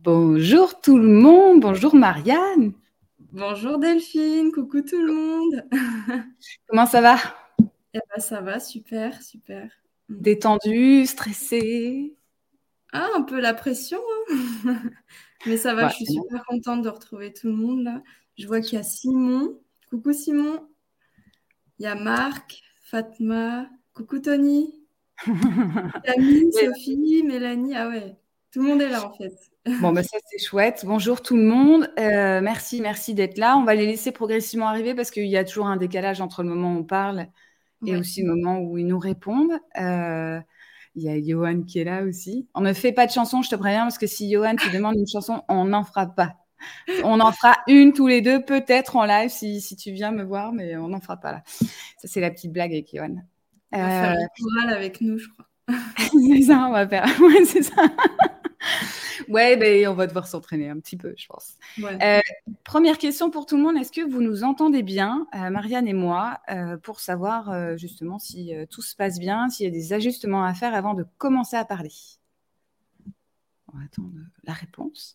Bonjour tout le monde, bonjour Marianne. Bonjour Delphine, coucou tout le monde. Comment ça va? Ça va, super, super. Détendue, stressée? Ah, un peu la pression, hein. Mais ça va, Ouais, je suis super contente de retrouver tout le monde là. Je vois qu'il y a Simon. Coucou Simon. Il y a Marc, Fatma. Coucou Tony. Camille, Sophie, Mélanie. Ah ouais, tout le monde est là en fait. Bon, ça c'est chouette. Bonjour tout le monde. Merci d'être là. On va les laisser progressivement arriver parce qu'il y a toujours un décalage entre le moment où on parle et Ouais. aussi le moment où ils nous répondent. Il y a Johan qui est là aussi. On ne fait pas de chanson, je te préviens, parce que si Johan, tu demandes une chanson, on n'en fera pas. On en fera une tous les deux, peut-être en live si tu viens me voir, mais on n'en fera pas là. Ça, c'est la petite blague avec Johan. On va faire une chorale avec nous, je crois. C'est ça, on va faire. Ouais, c'est ça. Ouais, on va devoir s'entraîner un petit peu, je pense. Ouais. Première question pour tout le monde. Est-ce que vous nous entendez bien, Marianne et moi, pour savoir justement si tout se passe bien, s'il y a des ajustements à faire avant de commencer à parler? On va attendre la réponse.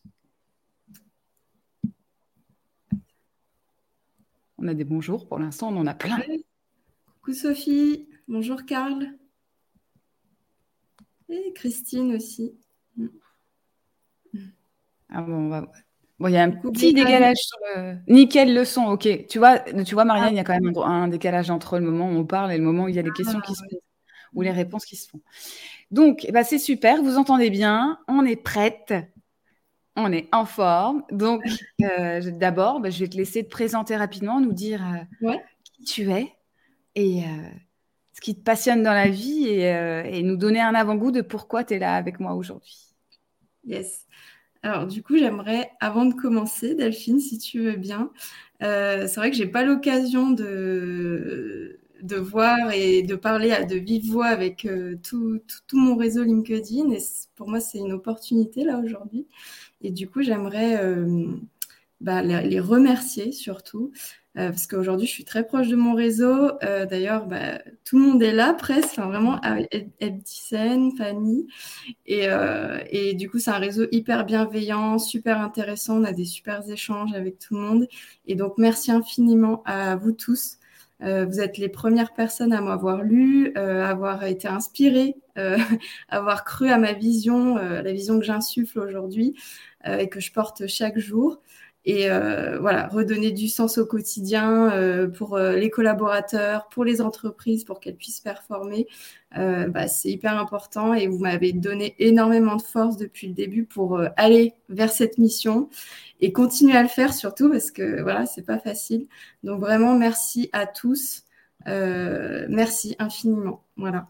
On a des bonjours pour l'instant, on en a plein. Ouais. Coucou Sophie. Bonjour Karl. Et Christine aussi. Ah bon, il y a un Coucou petit Mélanie. décalage sur le... Nickel le son, ok. Tu vois Marianne, il y a quand même un décalage entre le moment où on parle et le moment où il y a les questions qui se posent ou les réponses qui se font. Donc, c'est super, vous entendez bien, on est prête, on est en forme. Donc, d'abord, je vais te laisser te présenter rapidement, nous dire qui tu es et ce qui te passionne dans la vie et nous donner un avant-goût de pourquoi tu es là avec moi aujourd'hui. Yes. Alors, du coup, j'aimerais, avant de commencer, Delphine, si tu veux bien, c'est vrai que j'ai pas l'occasion de voir et de parler de vive voix avec tout mon réseau LinkedIn. Et pour moi, c'est une opportunité là aujourd'hui. Et du coup, j'aimerais les remercier surtout. Parce qu'aujourd'hui, je suis très proche de mon réseau. D'ailleurs, tout le monde est là presque. Enfin, vraiment, Ebtisen, Fanny. Et du coup, c'est un réseau hyper bienveillant, super intéressant. On a des super échanges avec tout le monde. Et donc, merci infiniment à vous tous. Vous êtes les premières personnes à m'avoir lu, avoir été inspirée, avoir cru à ma vision, la vision que j'insuffle aujourd'hui et que je porte chaque jour. Et voilà, redonner du sens au quotidien pour les collaborateurs, pour les entreprises, pour qu'elles puissent performer. C'est hyper important et vous m'avez donné énormément de force depuis le début pour aller vers cette mission et continuer à le faire surtout parce que voilà, c'est pas facile. Donc vraiment, merci à tous. Merci infiniment. Voilà.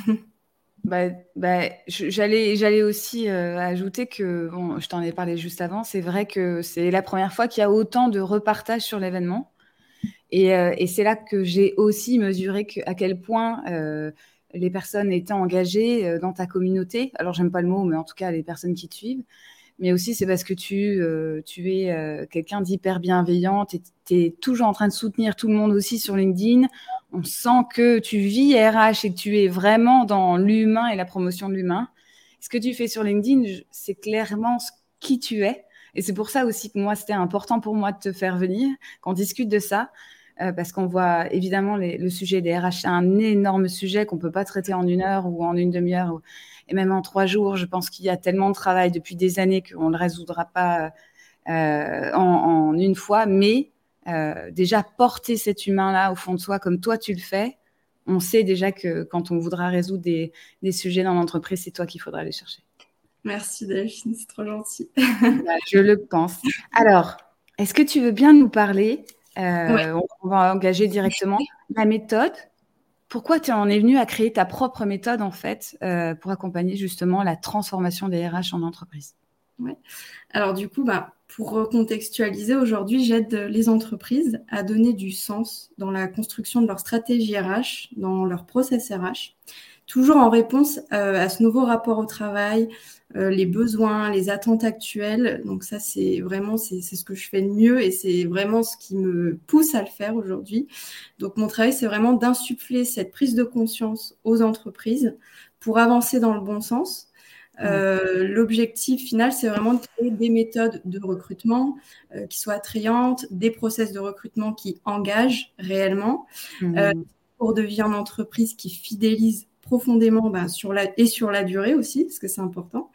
J'allais aussi ajouter que, bon, je t'en ai parlé juste avant, c'est vrai que c'est la première fois qu'il y a autant de repartage sur l'événement. Et c'est là que j'ai aussi mesuré à quel point les personnes étaient engagées dans ta communauté. Alors, j'aime pas le mot, mais en tout cas, les personnes qui te suivent. Mais aussi, c'est parce que tu es quelqu'un d'hyper bienveillant. Tu es toujours en train de soutenir tout le monde aussi sur LinkedIn. On sent que tu vis RH et que tu es vraiment dans l'humain et la promotion de l'humain. Ce que tu fais sur LinkedIn, c'est clairement qui tu es. Et c'est pour ça aussi que moi, c'était important pour moi de te faire venir, qu'on discute de ça. Parce qu'on voit évidemment le sujet des RH, c'est un énorme sujet qu'on ne peut pas traiter en 1 heure ou en une demi-heure et même en 3 jours. Je pense qu'il y a tellement de travail depuis des années qu'on ne le résoudra pas en une fois. Mais déjà, porter cet humain-là au fond de soi, comme toi tu le fais, on sait déjà que quand on voudra résoudre des sujets dans l'entreprise, c'est toi qu'il faudra aller chercher. Merci Delphine, c'est trop gentil. Je le pense. Alors, est-ce que tu veux bien nous parler on va engager directement la méthode. Pourquoi tu en es venue à créer ta propre méthode, en fait, pour accompagner justement la transformation des RH en entreprise? Ouais. Alors du coup, pour recontextualiser, aujourd'hui, j'aide les entreprises à donner du sens dans la construction de leur stratégie RH, dans leur process RH, toujours en réponse à ce nouveau rapport au travail, les besoins, les attentes actuelles. Donc ça, c'est vraiment c'est ce que je fais de mieux et c'est vraiment ce qui me pousse à le faire aujourd'hui. Donc mon travail, c'est vraiment d'insuffler cette prise de conscience aux entreprises pour avancer dans le bon sens. L'objectif final, c'est vraiment de créer des méthodes de recrutement qui soient attrayantes, des process de recrutement qui engagent réellement, pour de vie en entreprise qui fidélise profondément sur la durée aussi, parce que c'est important.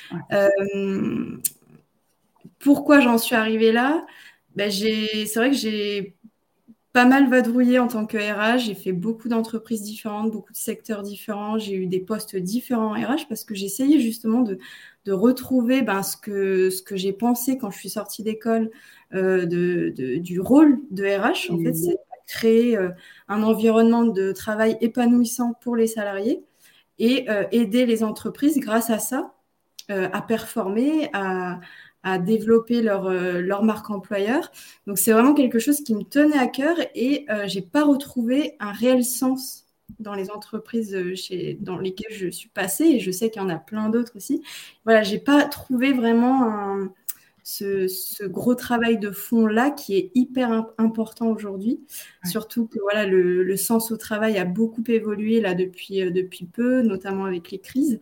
Pourquoi j'en suis arrivée là? C'est vrai que j'ai pas mal vadrouillé en tant que RH. J'ai fait beaucoup d'entreprises différentes, beaucoup de secteurs différents. J'ai eu des postes différents en RH parce que j'essayais justement de retrouver ce que j'ai pensé quand je suis sortie d'école du rôle de RH. En fait, c'est créer un environnement de travail épanouissant pour les salariés et aider les entreprises grâce à ça à performer, à développer leur marque employeur. Donc, c'est vraiment quelque chose qui me tenait à cœur et je n'ai pas retrouvé un réel sens dans les entreprises dans lesquelles je suis passée, et je sais qu'il y en a plein d'autres aussi. Voilà, je n'ai pas trouvé vraiment ce gros travail de fond-là qui est hyper important aujourd'hui. Surtout que voilà, le sens au travail a beaucoup évolué là, depuis peu, notamment avec les crises.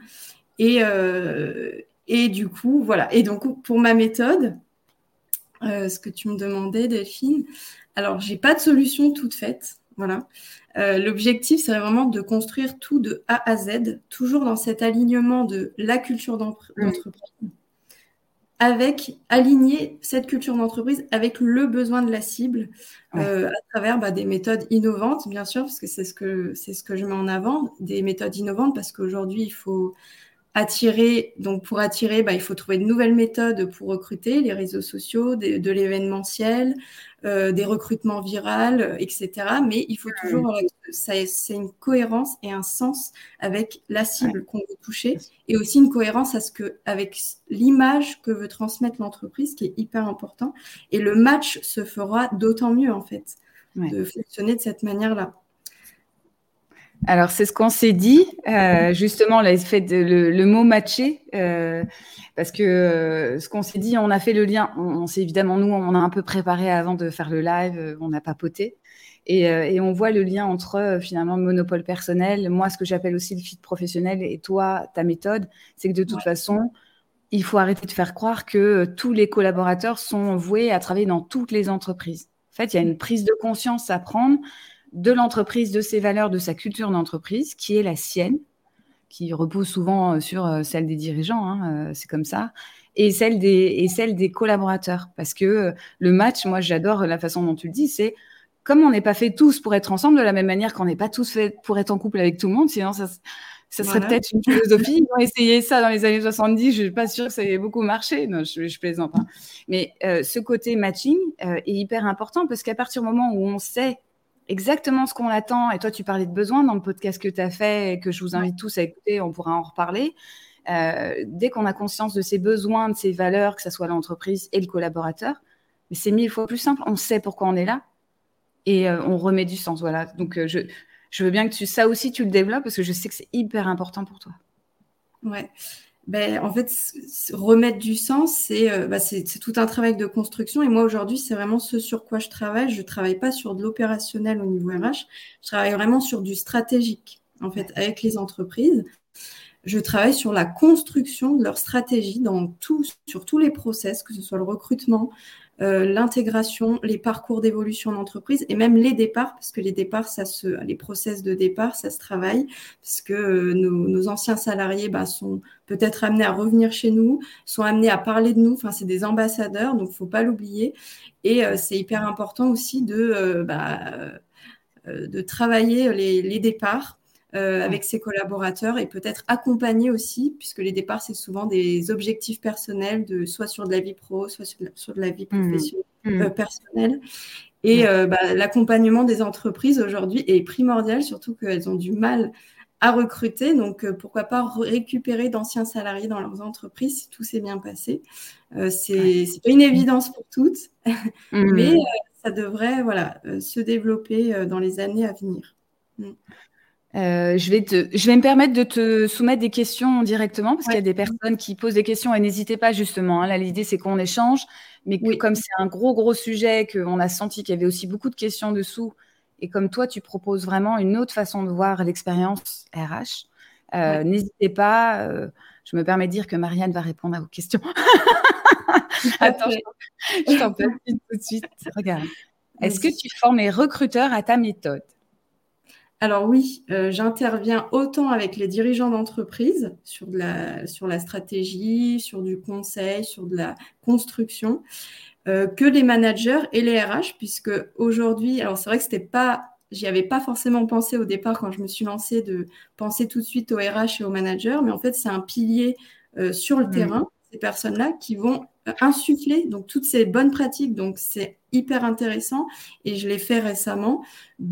Et du coup, voilà. Et donc, pour ma méthode, ce que tu me demandais, Delphine, alors, j'ai pas de solution toute faite. Voilà. L'objectif, c'est vraiment de construire tout de A à Z, toujours dans cet alignement de la culture d'entreprise, aligner cette culture d'entreprise avec le besoin de la cible, à travers des méthodes innovantes, bien sûr, parce que c'est ce que je mets en avant, des méthodes innovantes, parce qu'aujourd'hui, il faut attirer. Donc, pour attirer, il faut trouver de nouvelles méthodes pour recruter, les réseaux sociaux, de l'événementiel, des recrutements virals, etc. Mais il faut toujours c'est une cohérence et un sens avec la cible qu'on veut toucher, et aussi une cohérence avec l'image que veut transmettre l'entreprise, qui est hyper important. Et le match se fera d'autant mieux, en fait, de fonctionner de cette manière-là. Alors, c'est ce qu'on s'est dit, justement, le mot matcher, parce que ce qu'on s'est dit, on a fait le lien. On s'est évidemment, nous, on a un peu préparé avant de faire le live, on a papoté. Et on voit le lien entre, finalement, le monopole personnel, moi, ce que j'appelle aussi le fit professionnel, et toi, ta méthode. C'est que de toute façon, il faut arrêter de faire croire que tous les collaborateurs sont voués à travailler dans toutes les entreprises. En fait, il y a une prise de conscience à prendre de l'entreprise, de ses valeurs, de sa culture d'entreprise, qui est la sienne, qui repose souvent sur celle des dirigeants, c'est comme ça, et celle des collaborateurs. Parce que le match, moi j'adore la façon dont tu le dis, c'est comme on n'est pas fait tous pour être ensemble, de la même manière qu'on n'est pas tous fait pour être en couple avec tout le monde, sinon ça serait peut-être une philosophie. Ils ont essayé ça dans les années 70, je ne suis pas sûre que ça ait beaucoup marché. Non, je plaisante. Mais ce côté matching est hyper important, parce qu'à partir du moment où on sait exactement ce qu'on attend, et toi tu parlais de besoins dans le podcast que tu as fait et que je vous invite tous à écouter, on pourra en reparler. Dès qu'on a conscience de ses besoins, de ses valeurs, que ce soit l'entreprise et le collaborateur, mais c'est 1000 fois plus simple, on sait pourquoi on est là et on remet du sens. Voilà. Donc je veux bien que ça aussi tu le développes, parce que je sais que c'est hyper important pour toi. Ouais. En fait, remettre du sens, c'est tout un travail de construction. Et moi, aujourd'hui, c'est vraiment ce sur quoi je travaille. Je ne travaille pas sur de l'opérationnel au niveau RH. Je travaille vraiment sur du stratégique, en fait, avec les entreprises. Je travaille sur la construction de leur stratégie sur tous les process, que ce soit le recrutement, l'intégration, les parcours d'évolution d'entreprise, et même les départs, parce que les départs, les process de départ, ça se travaille, parce que nos anciens salariés sont peut-être amenés à revenir chez nous, sont amenés à parler de nous. Enfin, c'est des ambassadeurs, donc il ne faut pas l'oublier. Et c'est hyper important aussi de travailler les départs avec ses collaborateurs, et peut-être accompagner aussi, puisque les départs, c'est souvent des objectifs personnels, soit sur de la vie pro, soit sur de la vie professionnelle, personnelle. Et l'accompagnement des entreprises aujourd'hui est primordial, surtout qu'elles ont du mal à recruter. Donc, pourquoi pas récupérer d'anciens salariés dans leurs entreprises si tout s'est bien passé. C'est pas une évidence pour toutes, mais ça devrait se développer dans les années à venir. Je vais me permettre de te soumettre des questions directement, parce qu'il y a des personnes qui posent des questions, et n'hésitez pas justement. Là, l'idée, c'est qu'on échange, mais comme c'est un gros sujet, qu'on a senti qu'il y avait aussi beaucoup de questions dessous, et comme toi, tu proposes vraiment une autre façon de voir l'expérience RH, n'hésitez pas. Je me permets de dire que Marianne va répondre à vos questions. Tout à Attends, fait. je t'en passe une tout de suite. Regarde. Est-ce que Oui. tu formes les recruteurs à ta méthode? Alors oui, j'interviens autant avec les dirigeants d'entreprise sur la stratégie, sur du conseil, sur de la construction, que les managers et les RH, puisque aujourd'hui, alors c'est vrai que j'y avais pas forcément pensé au départ quand je me suis lancée de penser tout de suite aux RH et aux managers, mais en fait c'est un pilier sur le terrain, ces personnes-là qui vont insuffler donc toutes ces bonnes pratiques, donc c'est hyper intéressant et je l'ai fait récemment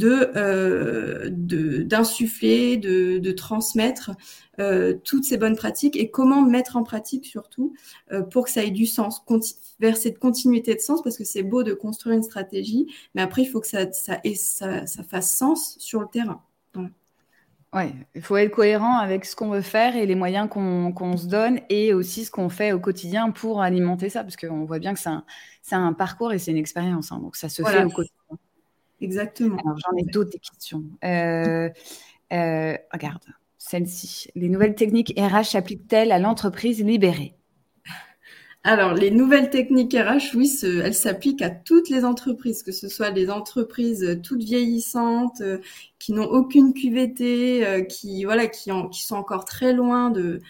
d'insuffler, de transmettre toutes ces bonnes pratiques et comment mettre en pratique surtout pour que ça ait du sens, vers cette continuité de sens, parce que c'est beau de construire une stratégie, mais après, il faut que ça fasse sens sur le terrain. Voilà. Ouais, il faut être cohérent avec ce qu'on veut faire et les moyens qu'on se donne et aussi ce qu'on fait au quotidien pour alimenter ça, parce qu'on voit bien que c'est un parcours et c'est une expérience, hein, donc ça se fait Voilà, au quotidien. exactement. Alors, j'en ai d'autres des questions. Regarde, celle-ci. Les nouvelles techniques RH s'appliquent-elles à l'entreprise libérée? Alors, les nouvelles techniques RH, oui, elles s'appliquent à toutes les entreprises, que ce soit des entreprises toutes vieillissantes, qui n'ont aucune QVT, qui sont encore très loin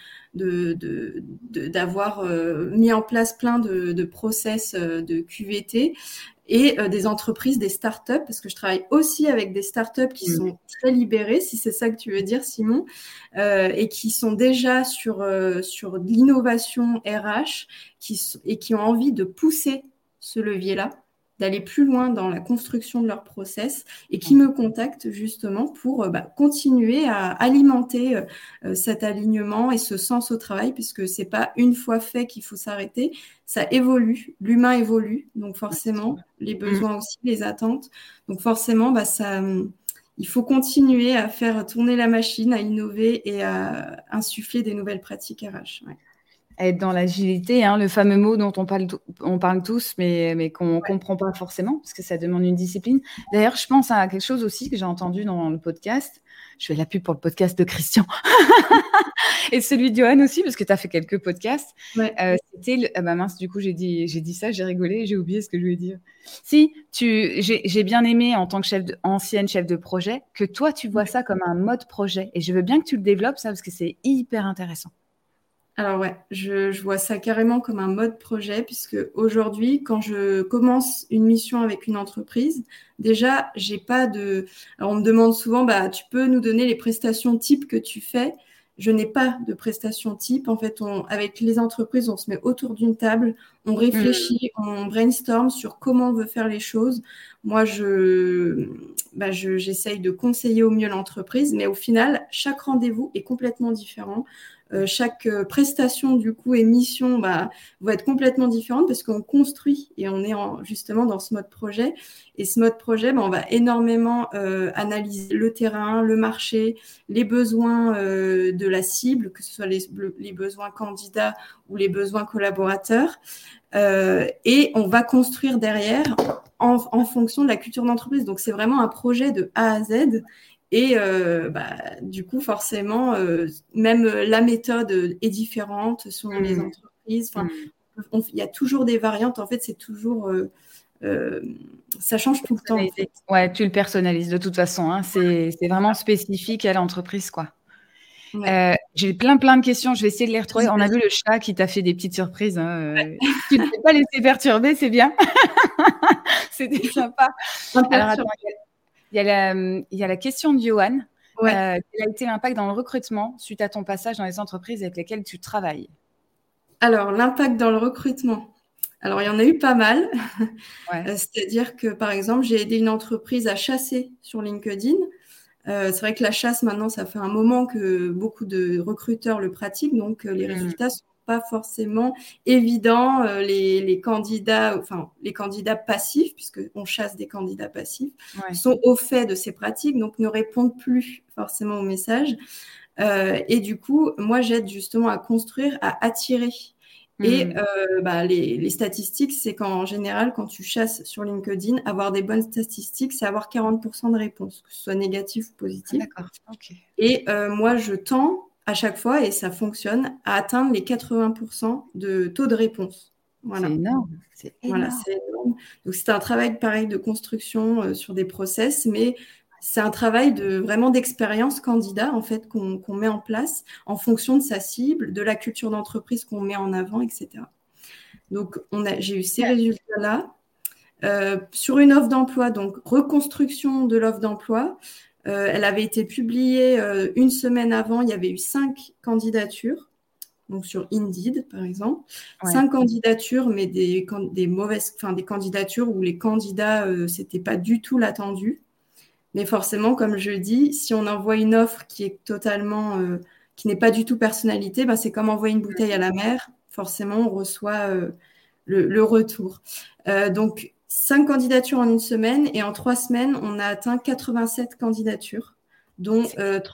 d'avoir mis en place plein de process de QVT, et des entreprises, des startups, parce que je travaille aussi avec des startups qui sont très libérées, si c'est ça que tu veux dire, Simon, et qui sont déjà sur l'innovation RH et qui ont envie de pousser ce levier-là, d'aller plus loin dans la construction de leur process et qui me contactent justement pour continuer à alimenter cet alignement et ce sens au travail, puisque c'est pas une fois fait qu'il faut s'arrêter, ça évolue, l'humain évolue, donc forcément les besoins aussi, les attentes, donc forcément il faut continuer à faire tourner la machine, à innover et à insuffler des nouvelles pratiques RH. Ouais. Être dans l'agilité, hein, le fameux mot dont on parle tous, mais qu'on ne comprend pas forcément, parce que ça demande une discipline. D'ailleurs, je pense à quelque chose aussi que j'ai entendu dans le podcast. Je fais la pub pour le podcast de Christian et celui de Johan aussi, parce que tu as fait quelques podcasts. Ouais. C'était ah bah mince, du coup, j'ai dit ça, j'ai rigolé, j'ai oublié ce que je voulais dire. Si, j'ai bien aimé en tant que ancienne chef de projet, que toi, tu vois ça comme un mode projet. Et je veux bien que tu le développes, ça, parce que c'est hyper intéressant. Alors ouais, je vois ça carrément comme un mode projet, puisque aujourd'hui, quand je commence une mission avec une entreprise, déjà, j'ai pas de... Alors on me demande souvent, tu peux nous donner les prestations types que tu fais? Je n'ai pas de prestations types. En fait, avec les entreprises, on se met autour d'une table, on réfléchit, on brainstorm sur comment on veut faire les choses. Moi, j'essaye de conseiller au mieux l'entreprise, mais au final, chaque rendez-vous est complètement différent. Chaque prestation du coup et mission va être complètement différente parce qu'on construit et on est justement dans ce mode projet. Et ce mode projet, on va énormément analyser le terrain, le marché, les besoins de la cible, que ce soit les besoins candidats ou les besoins collaborateurs. Et on va construire derrière en fonction de la culture d'entreprise. Donc, c'est vraiment un projet de A à Z. Et du coup, forcément, même la méthode est différente selon les entreprises. Enfin, il y a toujours des variantes. En fait, c'est toujours... ça change tout le temps. En fait. Ouais, tu le personnalises de toute façon. Hein. C'est vraiment spécifique à l'entreprise, quoi. Ouais. J'ai plein de questions. Je vais essayer de les retrouver. On a vu le chat qui t'a fait des petites surprises. Hein. Tu ne t'es pas laissé perturber, c'est bien. C'était sympa. Alors, attends, il y a la question de Johan. Ouais. Quel a été l'impact dans le recrutement suite à ton passage dans les entreprises avec lesquelles tu travailles? Alors, l'impact dans le recrutement. Alors, il y en a eu pas mal. Ouais. C'est-à-dire que, par exemple, j'ai aidé une entreprise à chasser sur LinkedIn. C'est vrai que la chasse, maintenant, ça fait un moment que beaucoup de recruteurs le pratiquent, donc les résultats sont pas forcément évidents. Les candidats passifs, puisqu'on chasse des candidats passifs, sont au fait de ces pratiques, donc ne répondent plus forcément aux messages. Et du coup, moi, j'aide justement à construire, à attirer. Et les statistiques, c'est qu'en général, quand tu chasses sur LinkedIn, avoir des bonnes statistiques, c'est avoir 40% de réponses, que ce soit négatif ou positif. D'accord, ok. Et moi, je tends à chaque fois, et ça fonctionne, à atteindre les 80% de taux de réponse. Voilà. C'est énorme. C'est Voilà, énorme. c'est énorme. Donc, c'est un travail pareil de construction sur des process, mais c'est un travail vraiment d'expérience candidat en fait qu'on met en place en fonction de sa cible, de la culture d'entreprise qu'on met en avant, etc. Donc, j'ai eu ces résultats-là. Sur une offre d'emploi, donc reconstruction de l'offre d'emploi, elle avait été publiée une semaine avant, il y avait eu 5 candidatures. Donc sur Indeed, par exemple, Ouais. 5 candidatures, mais des mauvaises, enfin des candidatures où les candidats, c'était pas du tout l'attendu. Mais forcément, comme je dis, si on envoie une offre qui est totalement, qui n'est pas du tout personnalité, ben c'est comme envoyer une bouteille à la mer. Forcément, on reçoit le retour. Donc 5 candidatures en une semaine, et en 3 semaines, on a atteint 87 candidatures, dont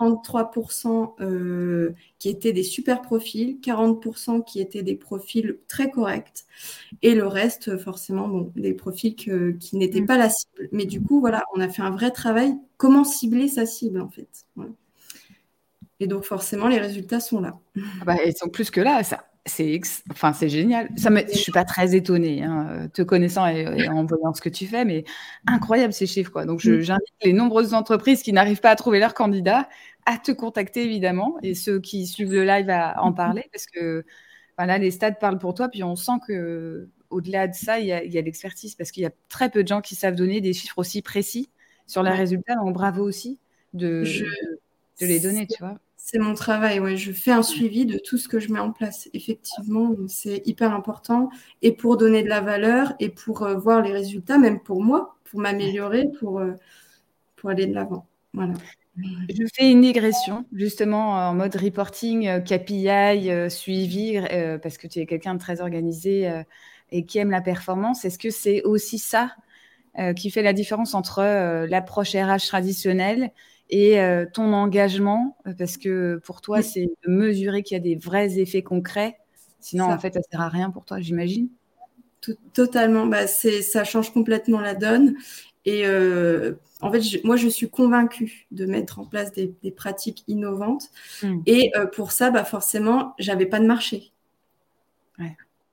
33% qui étaient des super profils, 40% qui étaient des profils très corrects, et le reste, forcément, bon, des profils qui n'étaient pas la cible. Mais du coup, voilà, on a fait un vrai travail. Comment cibler sa cible, en fait. Voilà. Et donc, forcément, les résultats sont là. Ah bah, ils sont plus que là. Enfin, c'est génial. Je ne suis pas très étonnée, hein, te connaissant et en voyant ce que tu fais, mais incroyable ces chiffres, quoi. Donc, j'invite les nombreuses entreprises qui n'arrivent pas à trouver leurs candidats à te contacter, évidemment, et ceux qui suivent le live à en parler, parce que voilà, les stats parlent pour toi. Puis on sent qu'au-delà de ça, il y a l'expertise, parce qu'il y a très peu de gens qui savent donner des chiffres aussi précis sur les résultats. Donc, bravo aussi de les donner, tu vois. C'est mon travail, ouais. Je fais un suivi de tout ce que je mets en place. Effectivement, c'est hyper important, et pour donner de la valeur et pour voir les résultats, même pour moi, pour m'améliorer, pour aller de l'avant. Voilà. Je fais une digression, justement, en mode reporting, KPI, suivi, parce que tu es quelqu'un de très organisé et qui aime la performance. Est-ce que c'est aussi ça qui fait la différence entre l'approche RH traditionnelle et ton engagement? Parce que pour toi, c'est de mesurer qu'il y a des vrais effets concrets. Sinon, en fait, ça ne sert à rien pour toi, j'imagine. Totalement. Bah, ça change complètement la donne. Et en fait, moi, je suis convaincue de mettre en place des pratiques innovantes. Et pour ça, bah, forcément, j'avais pas de marché. Ouais.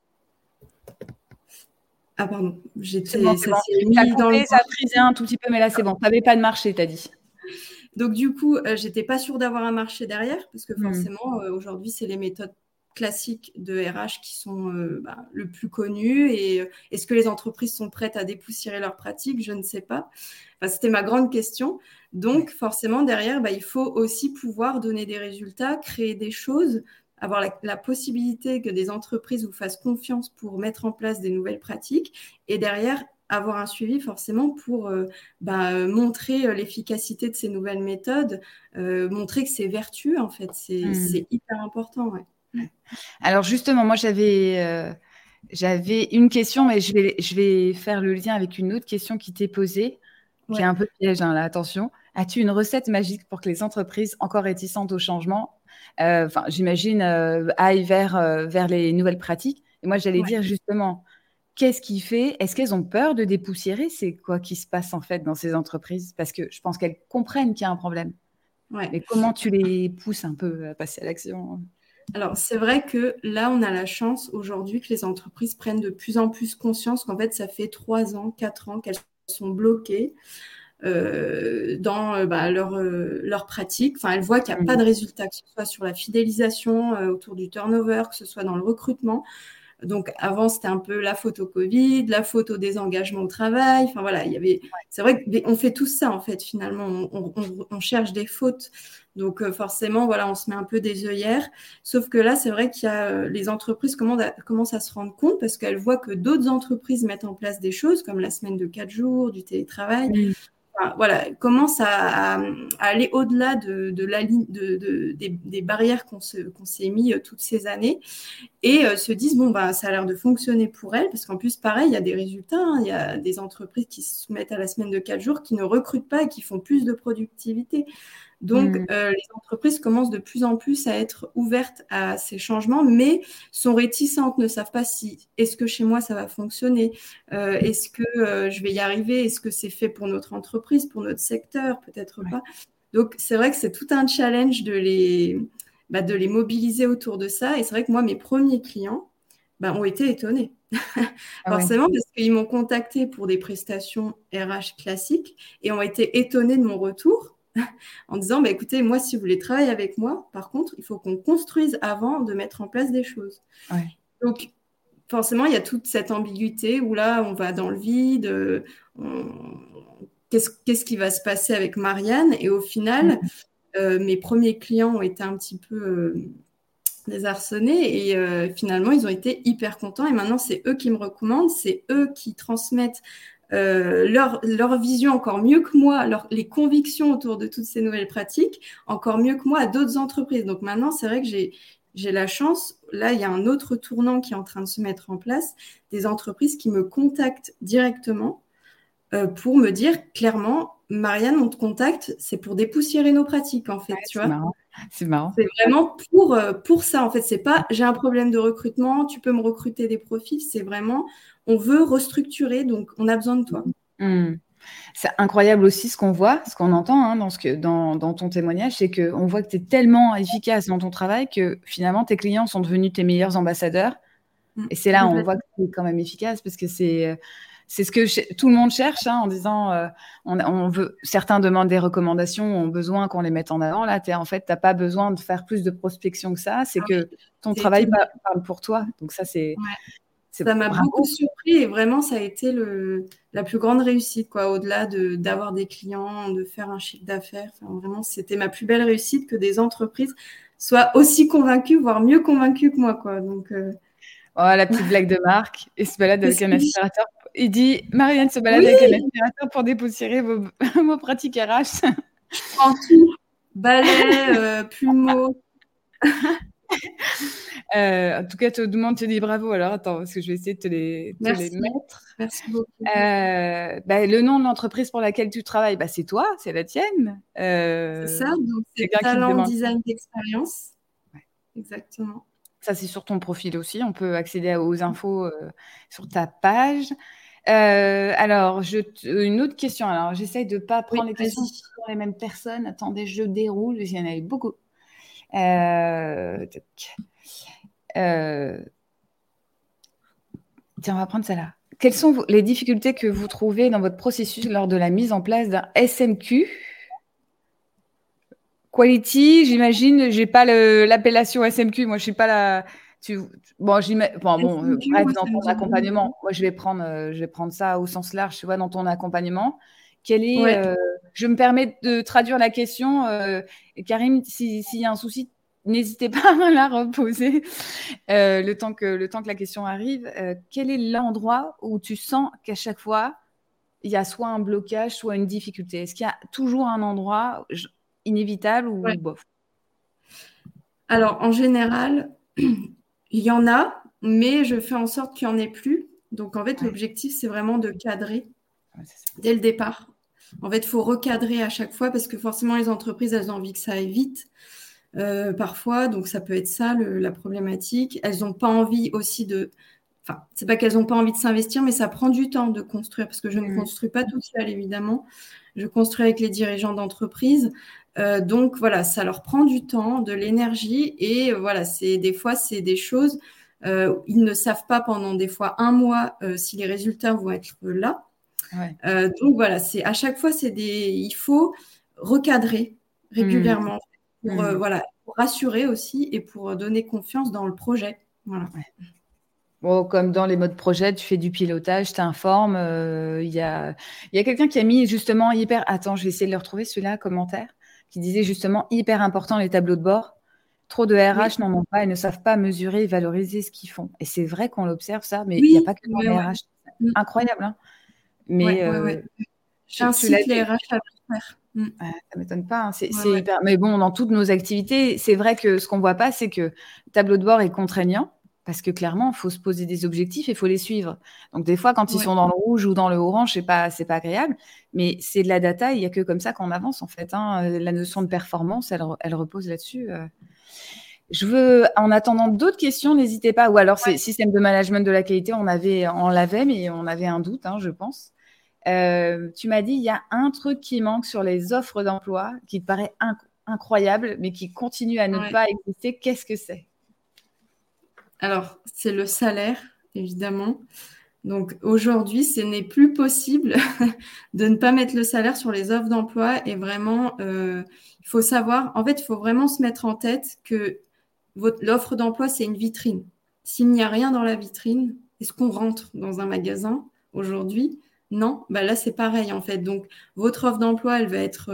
Ah, pardon. C'est bon. Ça s'est mis Ça a dans le... coupé, ça a frisé un tout petit peu, mais là, c'est bon. Tu n'avais pas de marché, tu as dit. Donc, du coup, j'étais pas sûre d'avoir un marché derrière, parce que forcément, aujourd'hui, c'est les méthodes classiques de RH qui sont le plus connues. Et est-ce que les entreprises sont prêtes à dépoussiérer leurs pratiques? Je ne sais pas. Enfin, c'était ma grande question. Donc, forcément, derrière, il faut aussi pouvoir donner des résultats, créer des choses, avoir la possibilité que des entreprises vous fassent confiance pour mettre en place des nouvelles pratiques. Et derrière, avoir un suivi forcément pour montrer l'efficacité de ces nouvelles méthodes, montrer que c'est vertueux, en fait. C'est hyper important, ouais. Alors justement, moi j'avais une question, mais je vais faire le lien avec une autre question qui t'est posée, qui est un peu piège, hein, là, attention. As-tu une recette magique pour que les entreprises encore réticentes au changement, j'imagine, aillent vers les nouvelles pratiques? Et moi, j'allais dire justement, qu'est-ce qui fait? Est-ce qu'elles ont peur de dépoussiérer? C'est quoi qui se passe en fait dans ces entreprises? Parce que je pense qu'elles comprennent qu'il y a un problème. Ouais. Mais comment tu les pousses un peu à passer à l'action? Alors, c'est vrai que là, on a la chance aujourd'hui que les entreprises prennent de plus en plus conscience qu'en fait, ça fait 3 ans, 4 ans qu'elles sont bloquées dans leur pratique. Enfin, elles voient qu'il n'y a pas de résultat, que ce soit sur la fidélisation autour du turnover, que ce soit dans le recrutement. Donc, avant, c'était un peu la faute au Covid, la faute au désengagement au travail. Enfin, voilà, c'est vrai qu'on fait tout ça, en fait, finalement. On cherche des fautes. Donc, forcément, voilà, on se met un peu des œillères. Sauf que là, c'est vrai qu'il y a les entreprises commencent à se rendre compte parce qu'elles voient que d'autres entreprises mettent en place des choses comme la semaine de 4 jours, du télétravail. Enfin, voilà, commence à aller au-delà de la ligne, des barrières qu'on s'est mis toutes ces années, et se disent, bon, ça a l'air de fonctionner pour elles, parce qu'en plus, pareil, il y a des résultats, hein, il y a des entreprises qui se mettent à la semaine de 4 jours, qui ne recrutent pas et qui font plus de productivité. Donc, les entreprises commencent de plus en plus à être ouvertes à ces changements, mais sont réticentes, ne savent pas si est-ce que chez moi ça va fonctionner, est-ce que je vais y arriver, est-ce que c'est fait pour notre entreprise, pour notre secteur, peut-être pas. Donc, c'est vrai que c'est tout un challenge de les mobiliser autour de ça. Et c'est vrai que moi, mes premiers clients ont été étonnés. Forcément, parce qu'ils m'ont contacté pour des prestations RH classiques et ont été étonnés de mon retour en disant, écoutez, moi, si vous voulez travailler avec moi, par contre, il faut qu'on construise avant de mettre en place des choses. Ouais. Donc, forcément, il y a toute cette ambiguïté où là, on va dans le vide. Qu'est-ce qui va se passer avec Marianne? Et au final, mes premiers clients ont été un petit peu désarçonnés et finalement, ils ont été hyper contents. Et maintenant, c'est eux qui me recommandent, c'est eux qui transmettent leur vision encore mieux que moi, les convictions autour de toutes ces nouvelles pratiques, encore mieux que moi à d'autres entreprises. Donc maintenant, c'est vrai que j'ai la chance, là, il y a un autre tournant qui est en train de se mettre en place, des entreprises qui me contactent directement pour me dire clairement, Marianne, on te contacte, c'est pour dépoussiérer nos pratiques, en fait, tu vois. C'est marrant. C'est vraiment pour ça, en fait. C'est pas, j'ai un problème de recrutement, tu peux me recruter des profils. C'est vraiment, on veut restructurer, donc on a besoin de toi. C'est incroyable aussi ce qu'on voit, ce qu'on entend dans ton témoignage, c'est qu'on voit que tu es tellement efficace dans ton travail que finalement, tes clients sont devenus tes meilleurs ambassadeurs. Et c'est là où on voit que tu es quand même efficace parce que c'est ce que tout le monde cherche en disant on veut, certains demandent des recommandations, ont besoin qu'on les mette en avant. Là, en fait, tu n'as pas besoin de faire plus de prospection que ça. C'est que ton travail parle pour toi. Donc ça, c'est... Ça m'a beaucoup surpris et vraiment, ça a été la plus grande réussite, quoi. Au-delà d'avoir des clients, de faire un chiffre d'affaires. Enfin, vraiment, c'était ma plus belle réussite que des entreprises soient aussi convaincues, voire mieux convaincues que moi, quoi. Donc, la petite blague de Marc. Il se balade avec un aspirateur. Il dit, Marianne se balade avec un aspirateur pour dépoussiérer vos pratiques RH. Je prends tout. Balai, plumeau. En tout cas, tout le monde te dit bravo. Alors, attends, parce que je vais essayer de te les mettre. Merci beaucoup. Le nom de l'entreprise pour laquelle tu travailles, c'est toi, c'est la tienne. C'est ça, donc c'est Talent Design d'Expérience. Ouais. Exactement. Ça, c'est sur ton profil aussi. On peut accéder aux infos sur ta page. Alors, une autre question. Alors, j'essaye de ne pas prendre les questions sur les mêmes personnes. Attendez, je déroule. Il y en avait beaucoup. Tiens, on va prendre celle-là. Quelles sont les difficultés que vous trouvez dans votre processus lors de la mise en place d'un SMQ? Quality, j'imagine, j'ai pas l'appellation SMQ. Moi, je suis pas la. Bref, dans ton accompagnement, moi, je vais prendre ça au sens large. Tu vois, dans ton accompagnement, je me permets de traduire la question. Karim, s'il y a un souci, n'hésitez pas à la reposer le temps que la question arrive. Quel est l'endroit où tu sens qu'à chaque fois, il y a soit un blocage, soit une difficulté? Est-ce qu'il y a toujours un endroit inévitable ou bof? Alors, en général, il y en a, mais je fais en sorte qu'il n'y en ait plus. Donc, en fait, l'objectif, c'est vraiment de cadrer dès le départ. En fait, il faut recadrer à chaque fois parce que forcément, les entreprises, elles ont envie que ça aille vite. Parfois, donc ça peut être ça la problématique. Elles n'ont pas envie aussi enfin, c'est pas qu'elles n'ont pas envie de s'investir, mais ça prend du temps de construire parce que je ne construis pas toute seule, évidemment. Je construis avec les dirigeants d'entreprise. Donc voilà, ça leur prend du temps, de l'énergie et voilà, des fois, c'est des choses, ils ne savent pas pendant des fois un mois si les résultats vont être là. Donc voilà, à chaque fois, il faut recadrer régulièrement. Pour rassurer aussi et pour donner confiance dans le projet. Voilà. Bon, comme dans les modes projet, tu fais du pilotage, tu informes. Il y a quelqu'un qui a mis justement hyper... Attends, je vais essayer de le retrouver, celui-là, commentaire, qui disait justement hyper important les tableaux de bord. Trop de RH n'en ont pas et ne savent pas mesurer et valoriser ce qu'ils font. Et c'est vrai qu'on l'observe ça, mais il n'y a pas que dans les RH. Incroyable, hein. Mais j'incite les RH à le faire. Ça ne m'étonne pas. Hein. C'est hyper... Mais bon, dans toutes nos activités, c'est vrai que ce qu'on ne voit pas, c'est que le tableau de bord est contraignant parce que clairement, il faut se poser des objectifs et il faut les suivre. Donc, des fois, quand ils sont dans le rouge ou dans le orange, ce n'est pas agréable. Mais c'est de la data. Il n'y a que comme ça qu'on avance, en fait. Hein. La notion de performance, elle repose là-dessus. Je veux, en attendant d'autres questions, n'hésitez pas. Ou alors, c'est système de management de la qualité, on l'avait, mais on avait un doute, je pense. Tu m'as dit, il y a un truc qui manque sur les offres d'emploi qui te paraît incroyable, mais qui continue à ne Ouais. pas exister. Qu'est-ce que c'est? Alors, c'est le salaire, évidemment. Donc aujourd'hui, ce n'est plus possible de ne pas mettre le salaire sur les offres d'emploi. Et vraiment, il faut savoir, en fait, il faut vraiment se mettre en tête que l'offre d'emploi, c'est une vitrine. S'il n'y a rien dans la vitrine, est-ce qu'on rentre dans un magasin aujourd'hui? Non, bah là, c'est pareil, en fait. Donc, votre offre d'emploi, elle va être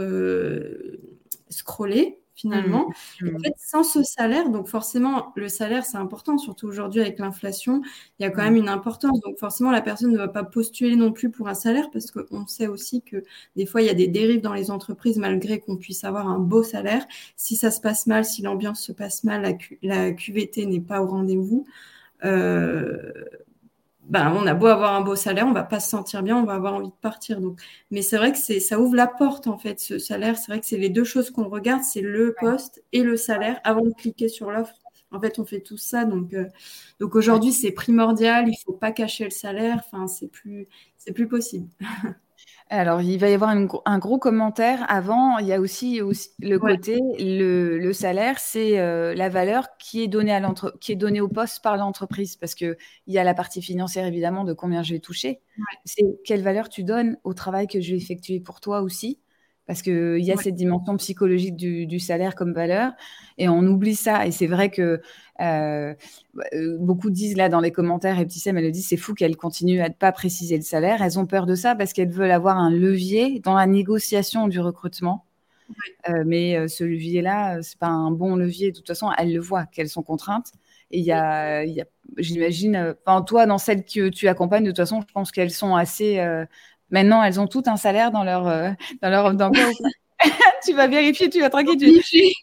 scrollée, Mmh, finalement. Et en mmh, fait, sans ce salaire, donc forcément, le salaire, c'est important, surtout aujourd'hui avec l'inflation, il y a quand mmh. même une importance. Donc forcément, la personne ne va pas postuler non plus pour un salaire parce qu'on sait aussi que des fois, il y a des dérives dans les entreprises malgré qu'on puisse avoir un beau salaire. Si ça se passe mal, si l'ambiance se passe mal, la QVT n'est pas au rendez-vous. Euh, on a beau avoir un beau salaire, on va pas se sentir bien, on va avoir envie de partir. Donc, mais c'est vrai que ça ouvre la porte en fait, ce salaire. C'est vrai que c'est les deux choses qu'on regarde, c'est le poste et le salaire avant de cliquer sur l'offre. En fait, on fait tout ça. Donc Ouais. aujourd'hui, c'est primordial. Il faut pas cacher le salaire. Enfin, c'est plus possible. Alors, il va y avoir un gros commentaire. Avant, il y a aussi le Ouais, côté, le salaire, c'est la valeur qui est donnée qui est donnée au poste par l'entreprise. Parce qu'il y a la partie financière, évidemment, de combien je vais toucher. C'est quelle valeur tu donnes au travail que je vais effectuer pour toi aussi. Parce qu'il y a ouais, cette dimension psychologique du salaire comme valeur. Et on oublie ça. Et c'est vrai que euh, beaucoup disent là dans les commentaires, et Ebtissem, elle le dit, c'est fou qu'elle continue à ne pas préciser le salaire. Elles ont peur de ça parce qu'elles veulent avoir un levier dans la négociation du recrutement. Mais ce levier-là, c'est pas un bon levier. De toute façon, elles le voient qu'elles sont contraintes. Et j'imagine, toi, dans celles que tu accompagnes, de toute façon, je pense qu'elles sont assez. Maintenant, elles ont tout un salaire dans leur offre d'emploi ou pas. Tu vas vérifier, tu vas tranquille, obligé.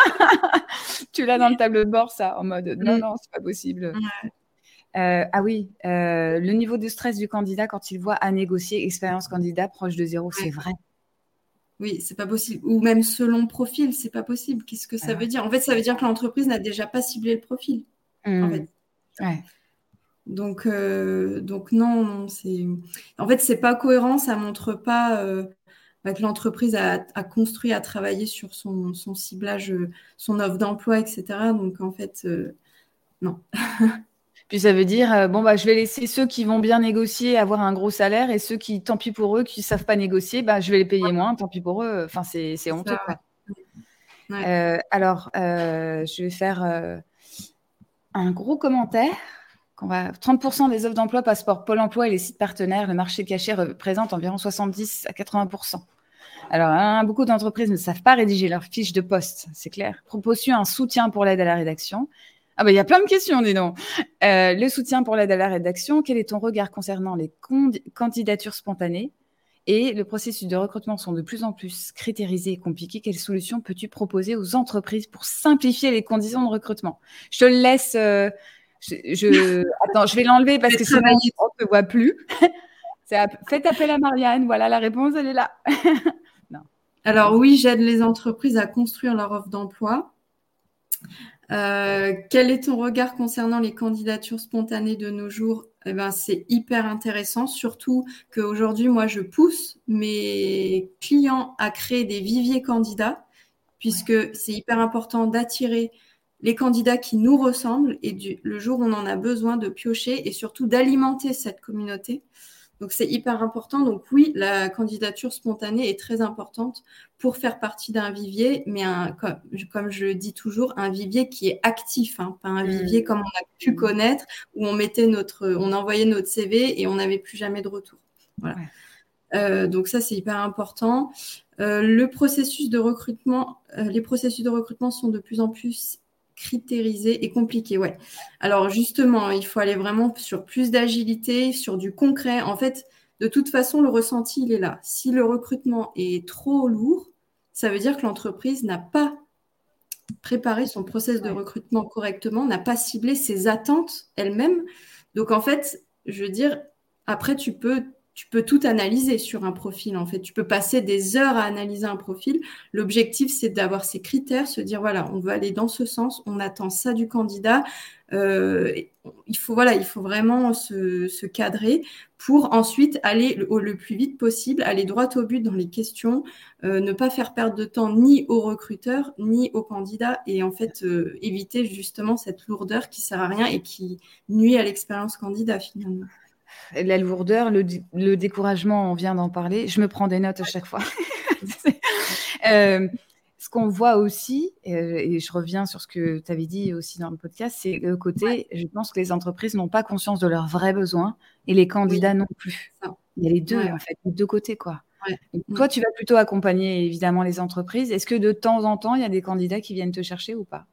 tu l'as dans le tableau de bord, ça, en mode non, Mm. non, c'est pas possible. Ouais, Ah oui, le niveau de stress du candidat quand il voit à négocier expérience candidat proche de zéro, c'est ouais. vrai. Oui, c'est pas possible. Ou même selon profil, c'est pas possible. Qu'est-ce que Ah ça veut ouais. dire? En fait, ça veut dire que l'entreprise n'a déjà pas ciblé le profil. En Mmh. fait. Ouais. Donc non, non, en fait, c'est pas cohérent, ça montre pas que l'entreprise a construit, a travaillé sur son ciblage, son offre d'emploi, etc. Donc en fait, non. Puis ça veut dire, bon, bah, je vais laisser ceux qui vont bien négocier avoir un gros salaire et ceux qui, tant pis pour eux, qui savent pas négocier, bah, je vais les payer moins, tant pis pour eux. Enfin, c'est C'est honteux, ça, quoi. ouais. Alors, je vais faire un gros commentaire. 30% des offres d'emploi passent par Pôle emploi et les sites partenaires. Le marché caché représente environ 70 à 80%. Alors, beaucoup d'entreprises ne savent pas rédiger leurs fiches de poste, c'est clair. Propose-tu un soutien pour l'aide à la rédaction? Ah bah, il y a plein de questions, dis donc. Le soutien pour l'aide à la rédaction, quel est ton regard concernant les candidatures spontanées? Et le processus de recrutement sont de plus en plus critérisés et compliqués. Quelles solutions peux-tu proposer aux entreprises pour simplifier les conditions de recrutement? Je te le laisse. Attends, je vais l'enlever Je parce vais que sinon, travailler. on ne te voit plus. Faites appel à Marianne. Voilà, la réponse, elle est là. Non, Alors vas-y. oui, j'aide les entreprises à construire leur offre d'emploi. Quel est ton regard concernant les candidatures spontanées de nos jours? Eh ben, c'est hyper intéressant, surtout qu'aujourd'hui, moi, je pousse mes clients à créer des viviers candidats, Ouais. puisque c'est hyper important d'attirer les candidats qui nous ressemblent et le jour où on en a besoin de piocher et surtout d'alimenter cette communauté. Donc, c'est hyper important. Donc, oui, la candidature spontanée est très importante pour faire partie d'un vivier, mais comme je le dis toujours, un vivier qui est actif, hein, pas un vivier Mmh. comme on a pu connaître, où on envoyait notre CV et on n'avait plus jamais de retour. Voilà. Ouais. Donc ça, c'est hyper important. Les processus de recrutement sont de plus en plus critérisés et compliqués. Ouais. Alors justement, il faut aller vraiment sur plus d'agilité, sur du concret. En fait, de toute façon, le ressenti, il est là. Si le recrutement est trop lourd, ça veut dire que l'entreprise n'a pas préparé son process de Ouais. recrutement correctement, n'a pas ciblé ses attentes elle-même. Donc en fait, je veux dire, après, tu peux tout analyser sur un profil, en fait. Tu peux passer des heures à analyser un profil. L'objectif, c'est d'avoir ces critères, se dire, voilà, on veut aller dans ce sens, on attend ça du candidat. Il faut vraiment se cadrer pour ensuite aller le plus vite possible, aller droit au but dans les questions, ne pas faire perdre de temps ni aux recruteurs ni aux candidats et en fait éviter justement cette lourdeur qui sert à rien et qui nuit à l'expérience candidat finalement. La lourdeur, le découragement, on vient d'en parler. Je me prends des notes à chaque fois. Ce qu'on voit aussi, et je reviens sur ce que tu avais dit aussi dans le podcast, c'est le côté, je pense que les entreprises n'ont pas conscience de leurs vrais besoins et les candidats non plus. Il y a les deux, en fait, les deux côtés, quoi. Donc, toi, tu vas plutôt accompagner, évidemment, les entreprises. Est-ce que de temps en temps, il y a des candidats qui viennent te chercher ou pas?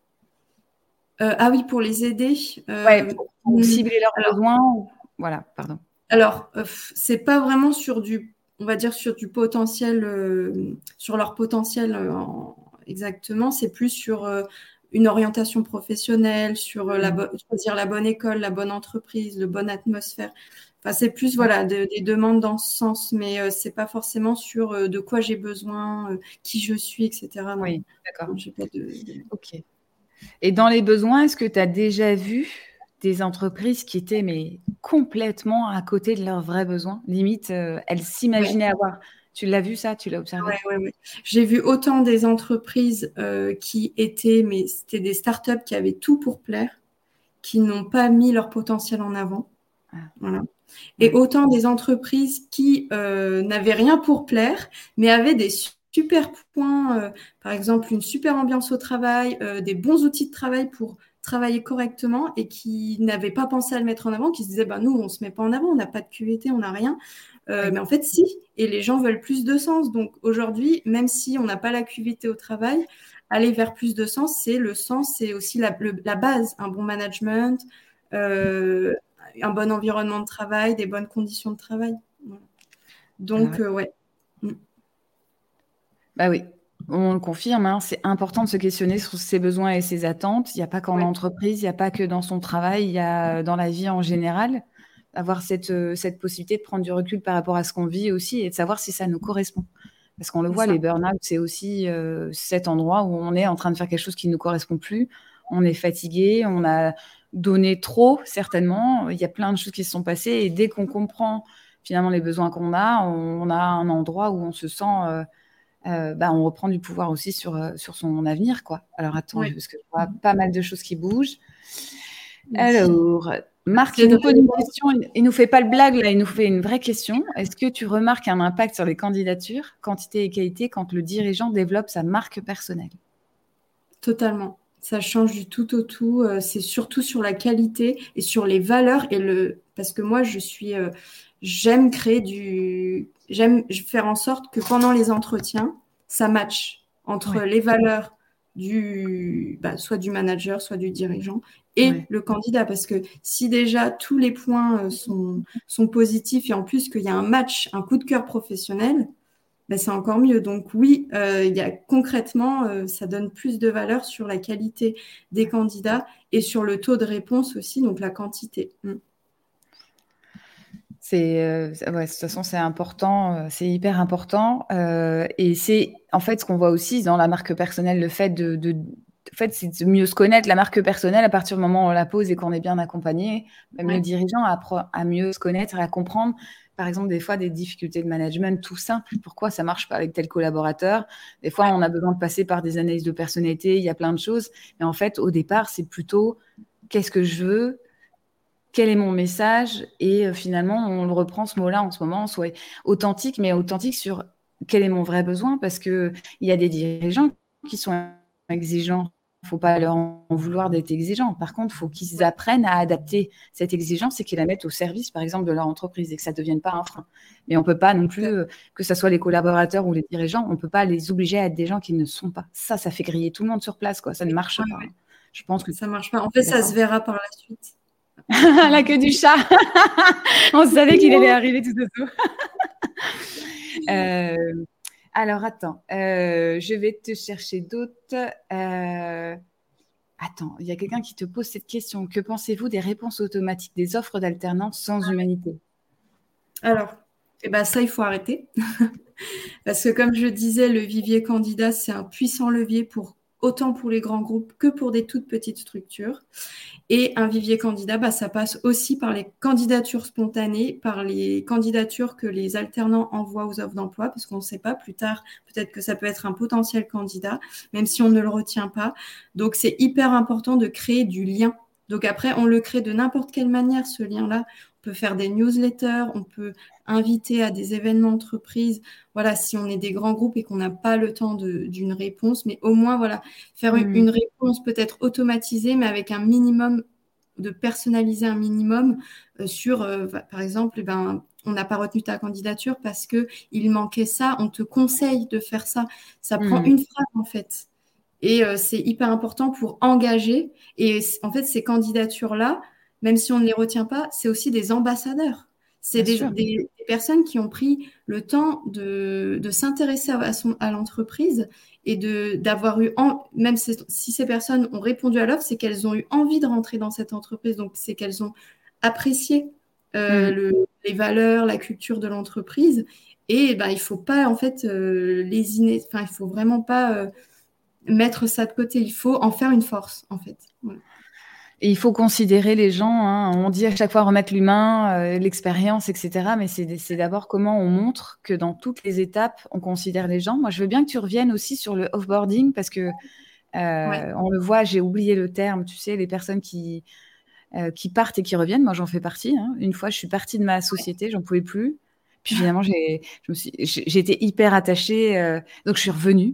Ah oui, pour les aider. Pour cibler leurs besoins. Voilà, pardon. Alors, c'est pas vraiment sur on va dire sur du potentiel, sur leur potentiel exactement. C'est plus sur une orientation professionnelle, sur choisir la bonne école, la bonne entreprise, la bonne atmosphère. Enfin, c'est plus des demandes dans ce sens, mais c'est pas forcément sur de quoi j'ai besoin, qui je suis, etc. Non. Oui, d'accord. Non, j'ai pas de... Ok. Et dans les besoins, est-ce que tu as déjà vu des entreprises qui étaient complètement à côté de leurs vrais besoins? Limite, elles s'imaginaient avoir. Tu l'as vu ça? Tu l'as observé? Oui. J'ai vu autant des entreprises qui étaient, mais c'était des startups qui avaient tout pour plaire, qui n'ont pas mis leur potentiel en avant. Voilà. Et autant des entreprises qui n'avaient rien pour plaire, mais avaient des super points, par exemple une super ambiance au travail, des bons outils de travail pour travailler correctement et qui n'avaient pas pensé à le mettre en avant, qui se disaient nous, on ne se met pas en avant, on n'a pas de QVT, on n'a rien. Mais en fait, si, et les gens veulent plus de sens. Donc aujourd'hui, même si on n'a pas la QVT au travail, aller vers plus de sens, le sens, c'est aussi la base, un bon management, un bon environnement de travail, des bonnes conditions de travail. Voilà. Donc, ouais. Bah oui, on le confirme, c'est important de se questionner sur ses besoins et ses attentes. Il n'y a pas qu'en entreprise, il n'y a pas que dans son travail, il y a dans la vie en général. Avoir cette possibilité de prendre du recul par rapport à ce qu'on vit aussi et de savoir si ça nous correspond. Parce qu'on le voit, les burn-out, c'est aussi cet endroit où on est en train de faire quelque chose qui ne nous correspond plus. On est fatigué, on a donné trop, certainement. Il y a plein de choses qui se sont passées. Et dès qu'on comprend finalement les besoins qu'on a, on a un endroit où on se sent... on reprend du pouvoir aussi sur son avenir, quoi. Alors, attends, parce que je vois pas mal de choses qui bougent. Alors, Marc, il nous pose une question. Il nous fait pas le blague, là, il nous fait une vraie question. Est-ce que tu remarques un impact sur les candidatures, quantité et qualité, quand le dirigeant développe sa marque personnelle? Totalement. Ça change du tout au tout. C'est surtout sur la qualité et sur les valeurs. Parce que moi, j'aime faire en sorte que pendant les entretiens, ça matche entre les valeurs soit du manager, soit du dirigeant et le candidat. Parce que si déjà tous les points sont positifs et en plus qu'il y a un match, un coup de cœur professionnel, c'est encore mieux. Donc oui, concrètement, ça donne plus de valeur sur la qualité des candidats et sur le taux de réponse aussi, donc la quantité. De toute façon, c'est important, c'est hyper important. Et c'est en fait ce qu'on voit aussi dans la marque personnelle, le fait c'est de mieux se connaître la marque personnelle à partir du moment où on la pose et qu'on est bien accompagné. Même le dirigeant apprend à mieux se connaître et à comprendre, par exemple, des fois des difficultés de management tout simple. Pourquoi ça marche pas avec tel collaborateur? Des fois, on a besoin de passer par des analyses de personnalité. Il y a plein de choses. Mais en fait, au départ, c'est plutôt qu'est-ce que je veux? Quel est mon message? Et finalement, on le reprend ce mot-là en ce moment, soit authentique, mais authentique sur quel est mon vrai besoin, parce qu'il y a des dirigeants qui sont exigeants. Il ne faut pas leur en vouloir d'être exigeants. Par contre, il faut qu'ils apprennent à adapter cette exigence et qu'ils la mettent au service, par exemple, de leur entreprise et que ça ne devienne pas un frein. Mais on ne peut pas non plus, que ce soit les collaborateurs ou les dirigeants, on ne peut pas les obliger à être des gens qui ne sont pas. Ça fait griller tout le monde sur place, quoi. Ça ne marche pas. Je pense que ça ne marche pas. En fait, ça se verra par la suite. La queue du chat. On savait qu'il allait arriver tout autour. Alors, attends. Je vais te chercher d'autres. Attends, il y a quelqu'un qui te pose cette question. Que pensez-vous des réponses automatiques des offres d'alternance sans humanité? Alors, ça, il faut arrêter. Parce que comme je disais, le vivier candidat, c'est un puissant levier pour autant pour les grands groupes que pour des toutes petites structures. Et un vivier candidat, ça passe aussi par les candidatures spontanées, par les candidatures que les alternants envoient aux offres d'emploi, parce qu'on ne sait pas, plus tard, peut-être que ça peut être un potentiel candidat, même si on ne le retient pas. Donc, c'est hyper important de créer du lien. Donc, après, on le crée de n'importe quelle manière, ce lien-là. On peut faire des newsletters, on peut inviter à des événements d'entreprise. Voilà, si on est des grands groupes et qu'on n'a pas le temps d'une réponse, mais au moins, voilà, faire une réponse peut-être automatisée, mais avec un minimum de personnaliser un minimum sur, par exemple, on n'a pas retenu ta candidature parce qu'il manquait ça, on te conseille de faire ça. Ça prend une phrase, en fait. Et c'est hyper important pour engager. Et en fait, ces candidatures-là, même si on ne les retient pas, c'est aussi des ambassadeurs. C'est des personnes qui ont pris le temps de s'intéresser à l'entreprise et d'avoir eu, même si ces personnes ont répondu à l'offre, c'est qu'elles ont eu envie de rentrer dans cette entreprise. Donc, c'est qu'elles ont apprécié les valeurs, la culture de l'entreprise. Et il ne faut pas, en fait, lésiner. Enfin, il ne faut vraiment pas mettre ça de côté. Il faut en faire une force, en fait. Voilà. Et il faut considérer les gens, hein. On dit à chaque fois remettre l'humain, l'expérience, etc. Mais c'est d'abord comment on montre que dans toutes les étapes, on considère les gens. Moi, je veux bien que tu reviennes aussi sur le offboarding parce que on le voit, j'ai oublié le terme, tu sais, les personnes qui partent et qui reviennent. Moi, j'en fais partie. Hein. Une fois, je suis partie de ma société, j'en pouvais plus. Puis finalement, j'ai été hyper attachée, donc je suis revenue.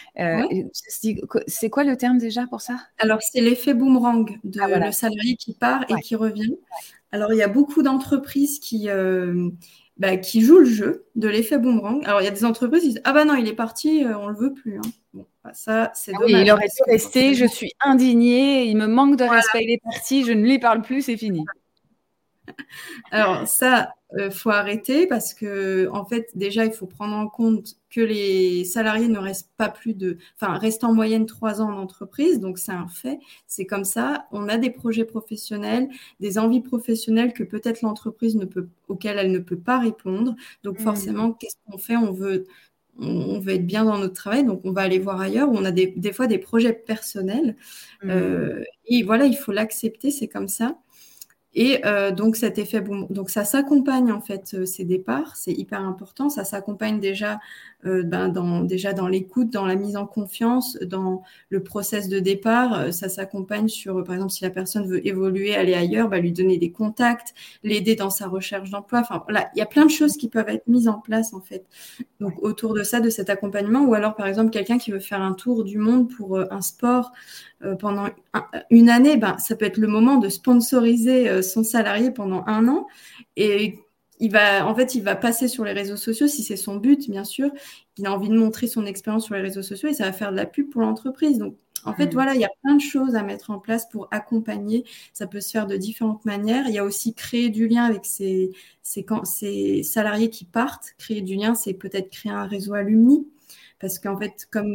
C'est quoi le terme déjà pour ça? Alors, c'est l'effet boomerang de le salarié qui part et qui revient. Alors, il y a beaucoup d'entreprises qui jouent le jeu de l'effet boomerang. Alors, il y a des entreprises qui disent « Ah non, il est parti, on ne le veut plus. » Bon, ça, c'est dommage. Il aurait dû rester, je suis indignée, il me manque de respect, il est parti, je ne lui parle plus, c'est fini. Alors ça, faut arrêter parce que en fait, déjà, il faut prendre en compte que les salariés ne restent pas restent en moyenne 3 ans en entreprise. Donc c'est un fait, c'est comme ça. On a des projets professionnels, des envies professionnelles que peut-être l'entreprise auxquelles elle ne peut pas répondre. Donc forcément, qu'est-ce qu'on fait? On veut être bien dans notre travail, donc on va aller voir ailleurs. On a des fois des projets personnels. Et voilà, il faut l'accepter, c'est comme ça. Et donc cet effet boom, donc ça s'accompagne en fait ces départs, c'est hyper important. Ça s'accompagne déjà dans l'écoute, dans la mise en confiance, dans le process de départ. Ça s'accompagne sur, par exemple, si la personne veut évoluer, aller ailleurs, lui donner des contacts, l'aider dans sa recherche d'emploi. Enfin voilà, il y a plein de choses qui peuvent être mises en place en fait. Donc autour de ça, de cet accompagnement, ou alors par exemple quelqu'un qui veut faire un tour du monde pour un sport. Pendant une année, ça peut être le moment de sponsoriser son salarié pendant 1 an. Et il va passer sur les réseaux sociaux, si c'est son but, bien sûr. Il a envie de montrer son expérience sur les réseaux sociaux et ça va faire de la pub pour l'entreprise. Donc, en fait, voilà, il y a plein de choses à mettre en place pour accompagner. Ça peut se faire de différentes manières. Il y a aussi créer du lien avec ces salariés qui partent. Créer du lien, c'est peut-être créer un réseau alumni. Parce qu'en fait, comme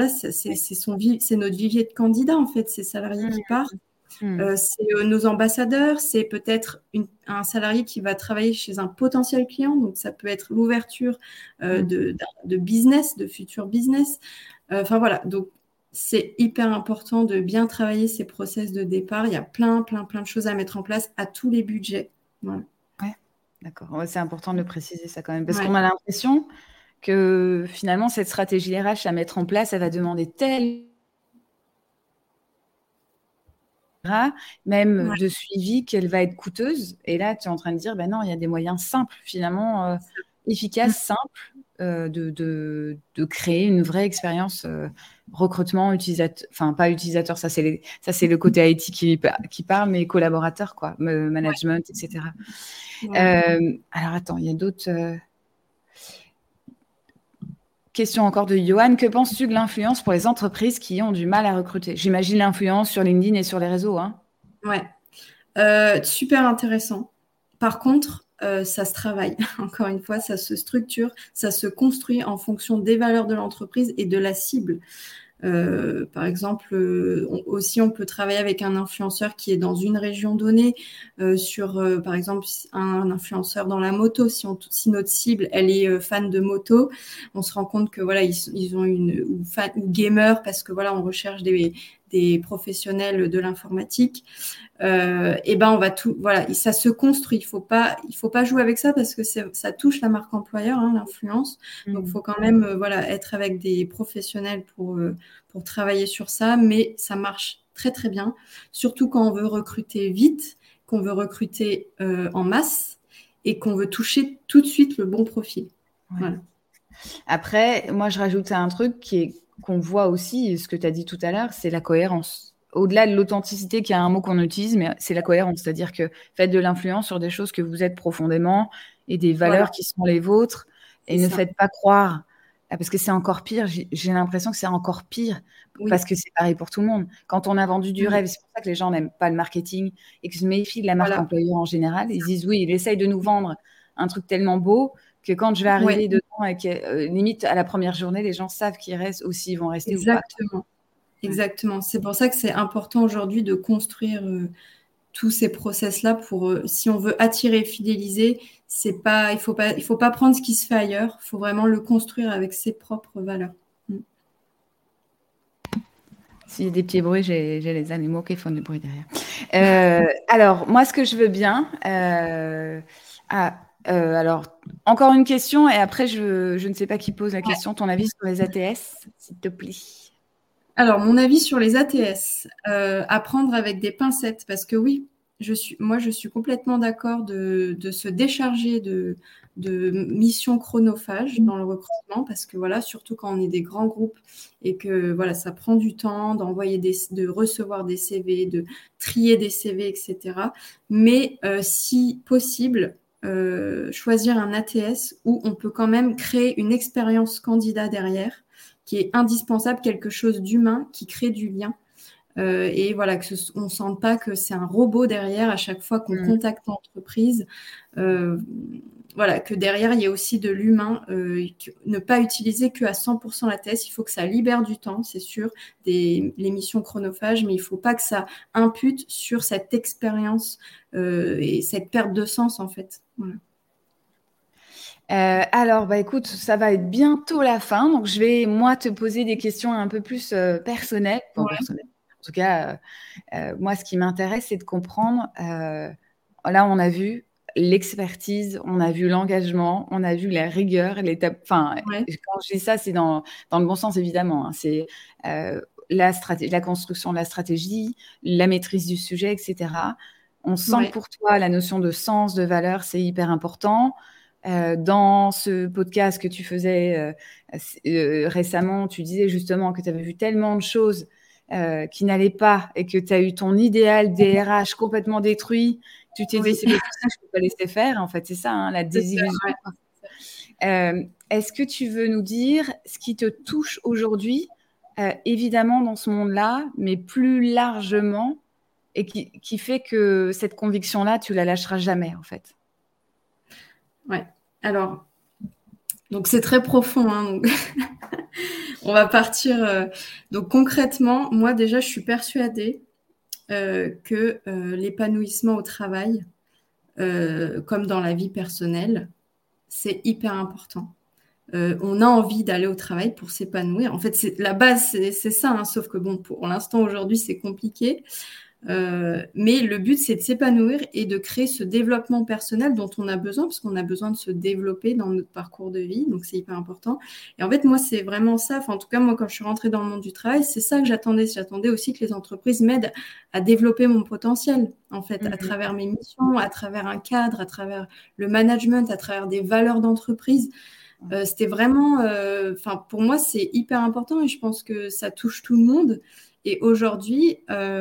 c'est notre vivier de candidats, en fait, ces salariés qui partent. C'est nos ambassadeurs, c'est peut-être un salarié qui va travailler chez un potentiel client. Donc, ça peut être l'ouverture de business, de futur business. Enfin, voilà. Donc, c'est hyper important de bien travailler ces process de départ. Il y a plein de choses à mettre en place à tous les budgets. Voilà. Ouais, d'accord. Ouais, c'est important de le préciser ça quand même. Parce qu'on a l'impression que finalement, cette stratégie RH à mettre en place, elle va demander même de suivi qu'elle va être coûteuse. Et là, tu es en train de dire, non, il y a des moyens simples, finalement, efficaces, simples, de créer une vraie expérience recrutement, utilisateur, enfin, pas utilisateur, ça c'est le côté IT qui parle, mais collaborateur, quoi, management, etc. Alors, attends, il y a d'autres... Question encore de Johan. Que penses-tu de l'influence pour les entreprises qui ont du mal à recruter? J'imagine l'influence sur LinkedIn et sur les réseaux. Hein. Ouais. Super intéressant. Par contre, ça se travaille. Encore une fois, ça se structure, ça se construit en fonction des valeurs de l'entreprise et de la cible. Par exemple, aussi, on peut travailler avec un influenceur qui est dans une région donnée, par exemple, un influenceur dans la moto. Si notre cible, elle est fan de moto, on se rend compte que voilà, ils ont ou gamer, parce que voilà, on recherche des professionnels de l'informatique. Et ben on va tout, voilà, ça se construit. Il faut pas jouer avec ça parce que ça touche la marque employeur, hein, l'influence. Donc, il faut quand même, voilà, être avec des professionnels pour travailler sur ça. Mais ça marche très très bien, surtout quand on veut recruter vite, qu'on veut recruter en masse et qu'on veut toucher tout de suite le bon profil. Ouais. Voilà. Après, moi, je rajoutais un truc qu'on voit aussi, ce que tu as dit tout à l'heure, c'est la cohérence. Au-delà de l'authenticité, qui est un mot qu'on utilise, mais c'est la cohérence. C'est-à-dire que faites de l'influence sur des choses que vous êtes profondément et des valeurs qui sont les vôtres. Et ne faites pas croire, parce que c'est encore pire, j'ai l'impression que c'est encore pire, parce que c'est pareil pour tout le monde. Quand on a vendu du rêve, c'est pour ça que les gens n'aiment pas le marketing et que se méfient de la marque employeur en général. Ils disent oui, il essaye de nous vendre un truc tellement beau que quand je vais arriver dedans et que limite à la première journée, les gens savent qu'ils restent ou s'ils vont rester ou pas. Exactement. C'est pour ça que c'est important aujourd'hui de construire tous ces process-là pour, si on veut attirer et fidéliser, il faut pas prendre ce qui se fait ailleurs. Il faut vraiment le construire avec ses propres valeurs. S'il y a des petits bruits, j'ai les animaux qui font du bruit derrière. Alors, moi, ce que je veux bien... alors, encore une question, et après, je ne sais pas qui pose la question. Ton avis sur les ATS, s'il te plaît. Alors, mon avis sur les ATS, à prendre avec des pincettes, parce que oui, je suis complètement d'accord de se décharger de missions chronophages dans le recrutement, parce que voilà, surtout quand on est des grands groupes et que voilà, ça prend du temps de recevoir des CV, de trier des CV, etc. Mais si possible, choisir un ATS où on peut quand même créer une expérience candidat derrière, qui est indispensable, quelque chose d'humain qui crée du lien. Et voilà, on ne sente pas que c'est un robot derrière à chaque fois qu'on contacte l'entreprise. Voilà, que derrière, il y a aussi de l'humain. Ne pas utiliser qu'à 100% la thèse. Il faut que ça libère du temps, c'est sûr, les missions chronophages, mais il ne faut pas que ça impute sur cette expérience et cette perte de sens, en fait. Voilà. Alors, bah, écoute, ça va être bientôt la fin. Donc, je vais, moi, te poser des questions un peu plus personnelles. Enfin, personnelles. En tout cas, moi, ce qui m'intéresse, c'est de comprendre. Là, on a vu l'expertise, on a vu l'engagement, on a vu la rigueur, l'étape. Enfin, quand je dis ça, c'est dans le bon sens, évidemment. Hein. C'est la construction de la stratégie, la maîtrise du sujet, etc. On sent que pour toi, la notion de sens, de valeur, c'est hyper important. Dans ce podcast que tu faisais récemment, tu disais justement que tu avais vu tellement de choses qui n'allaient pas et que tu as eu ton idéal DRH complètement détruit. Tu t'es dit, c'est pas possible, je ne peux pas laisser faire. En fait, c'est ça, hein, la désillusion. Est-ce que tu veux nous dire ce qui te touche aujourd'hui, évidemment dans ce monde-là, mais plus largement, et qui fait que cette conviction-là, tu la lâcheras jamais, en fait? Ouais. Alors, donc c'est très profond. Hein, donc on va partir. Donc concrètement, moi déjà, je suis persuadée que l'épanouissement au travail, comme dans la vie personnelle, c'est hyper important. On a envie d'aller au travail pour s'épanouir. En fait, la base, c'est ça. Hein, sauf que bon, pour l'instant, aujourd'hui, c'est compliqué. Mais le but, c'est de s'épanouir et de créer ce développement personnel dont on a besoin, parce qu'on a besoin de se développer dans notre parcours de vie. Donc, c'est hyper important. Et en fait, moi, c'est vraiment ça. Enfin, en tout cas, moi, quand je suis rentrée dans le monde du travail, c'est ça que j'attendais. J'attendais aussi que les entreprises m'aident à développer mon potentiel, en fait, à travers mes missions, à travers un cadre, à travers le management, à travers des valeurs d'entreprise. C'était vraiment... Enfin, pour moi, c'est hyper important et je pense que ça touche tout le monde. Et aujourd'hui,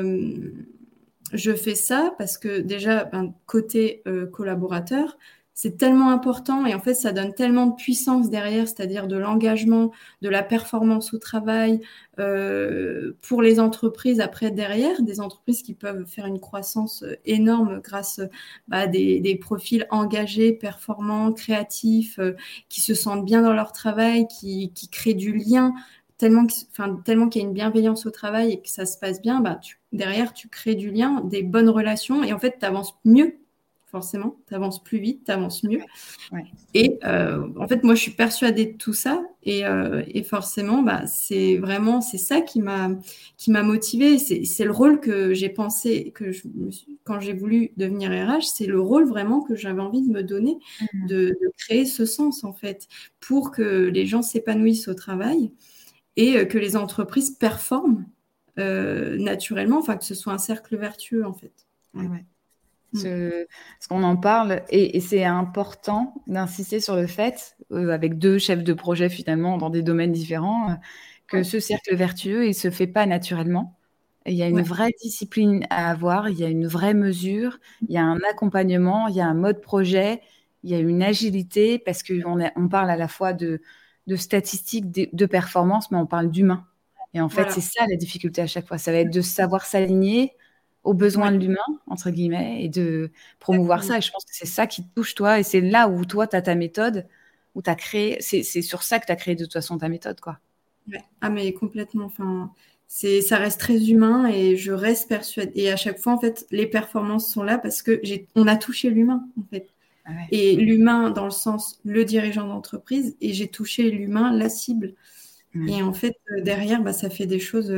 je fais ça parce que déjà, côté collaborateur, c'est tellement important et en fait, ça donne tellement de puissance derrière, c'est-à-dire de l'engagement, de la performance au travail pour les entreprises après derrière, des entreprises qui peuvent faire une croissance énorme grâce à des profils engagés, performants, créatifs, qui se sentent bien dans leur travail, qui créent du lien tellement qu'il y a une bienveillance au travail et que ça se passe bien, derrière, tu crées du lien, des bonnes relations et en fait, tu avances mieux, forcément. Tu avances plus vite, tu avances mieux. Ouais. Et en fait, moi, je suis persuadée de tout ça. Et forcément, c'est ça qui m'a motivée. C'est le rôle que j'ai pensé, quand j'ai voulu devenir RH, c'est le rôle vraiment que j'avais envie de me donner, de créer ce sens, en fait, pour que les gens s'épanouissent au travail et que les entreprises performent naturellement, enfin, que ce soit un cercle vertueux, en fait. Ouais. Parce qu'on en parle et c'est important d'insister sur le fait, avec 2 chefs de projet finalement dans des domaines différents, que ce cercle vertueux, il se fait pas naturellement. Et il y a une vraie discipline à avoir, il y a une vraie mesure, il y a un accompagnement, il y a un mode projet, il y a une agilité parce qu'on parle à la fois de statistiques, de performance, mais on parle d'humain. Et en fait, c'est ça la difficulté à chaque fois. Ça va être de savoir s'aligner aux besoins de l'humain, entre guillemets, et de promouvoir ça. Et je pense que c'est ça qui te touche, toi. Et c'est là où toi, tu as ta méthode, où tu as créé. C'est sur ça que tu as créé de toute façon ta méthode, quoi. Ouais. Ah, mais complètement. Enfin, ça reste très humain et je reste persuadée. Et à chaque fois, en fait, les performances sont là parce que on a touché l'humain, en fait. Ah ouais. Et l'humain dans le sens le dirigeant d'entreprise et j'ai touché l'humain, la cible. Et en fait, derrière, ça fait des choses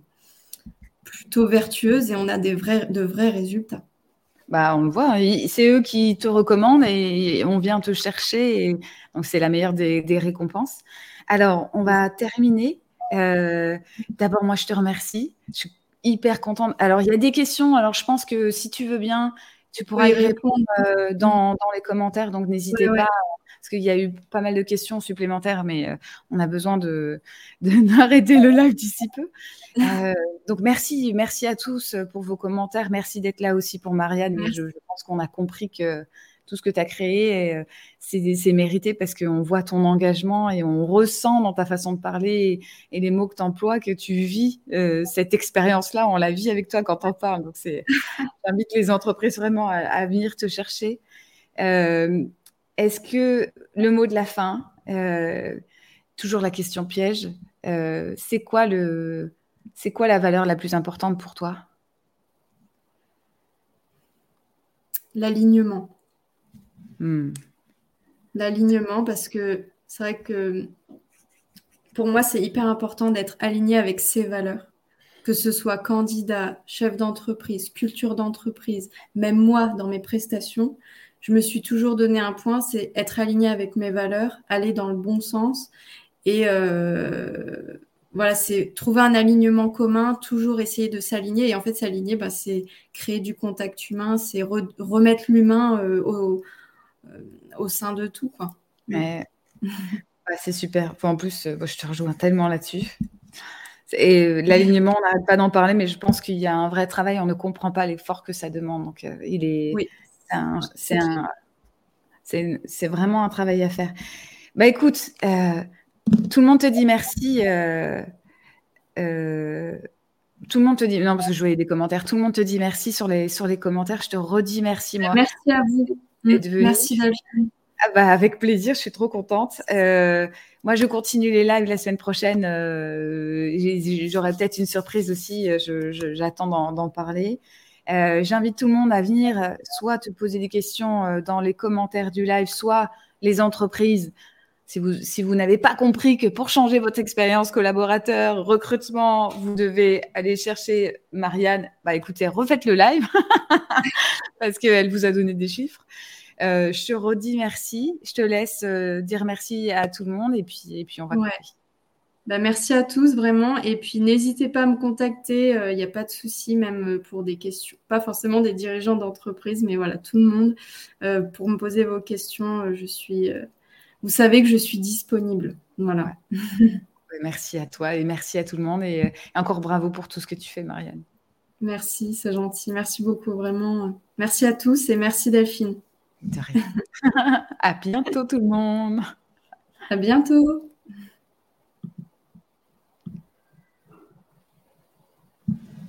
plutôt vertueuses et on a de vrais résultats. On le voit, c'est eux qui te recommandent et on vient te chercher. Et donc, c'est la meilleure des récompenses. Alors, on va terminer. D'abord, moi, je te remercie. Je suis hyper contente. Alors, il y a des questions. Alors, je pense que si tu veux bien, tu pourras y répondre dans les commentaires. Donc, n'hésitez pas, parce qu'il y a eu pas mal de questions supplémentaires, mais on a besoin d'arrêter le live d'ici peu. Donc, merci à tous pour vos commentaires. Merci d'être là aussi pour Marianne. Mais je pense qu'on a compris que tout ce que tu as créé, c'est mérité parce qu'on voit ton engagement et on ressent dans ta façon de parler et les mots que tu emploies que tu vis cette expérience-là. On la vit avec toi quand on parle. Donc, j'invite les entreprises vraiment à venir te chercher. Est-ce que le mot de la fin, toujours la question piège, c'est quoi la valeur la plus importante pour toi? L'alignement. L'alignement, parce que c'est vrai que pour moi, c'est hyper important d'être aligné avec ses valeurs. Que ce soit candidat, chef d'entreprise, culture d'entreprise, même moi, dans mes prestations, je me suis toujours donné un point, c'est être aligné avec mes valeurs, aller dans le bon sens. Et voilà, c'est trouver un alignement commun, toujours essayer de s'aligner. Et en fait, s'aligner, c'est créer du contact humain, c'est remettre l'humain au sein de tout, quoi. C'est super. En plus, je te rejoins tellement là-dessus. Et l'alignement, on n'arrête pas d'en parler, mais je pense qu'il y a un vrai travail. On ne comprend pas l'effort que ça demande. Donc, c'est vraiment un travail à faire. Écoute, tout le monde te dit merci. Tout le monde te dit non parce que je voyais des commentaires. Tout le monde te dit merci sur les commentaires. Je te redis merci moi. Merci à vous. Merci Delphine. Avec plaisir, je suis trop contente. Moi, je continue les lives la semaine prochaine. J'aurai peut-être une surprise aussi. J'attends d'en parler. J'invite tout le monde à venir soit te poser des questions dans les commentaires du live, soit les entreprises. Si vous n'avez pas compris que pour changer votre expérience collaborateur, recrutement, vous devez aller chercher Marianne, écoutez, refaites le live parce qu'elle vous a donné des chiffres. Je te redis merci. Je te laisse dire merci à tout le monde et puis on va couper. Merci à tous, vraiment. Et puis, n'hésitez pas à me contacter. Il n'y a pas de souci, même pour des questions. Pas forcément des dirigeants d'entreprise, mais voilà, tout le monde. Pour me poser vos questions, vous savez que je suis disponible. Voilà. Merci à toi et merci à tout le monde. Et encore bravo pour tout ce que tu fais, Marianne. Merci, c'est gentil. Merci beaucoup, vraiment. Merci à tous et merci Delphine. De rien. À bientôt tout le monde. À bientôt.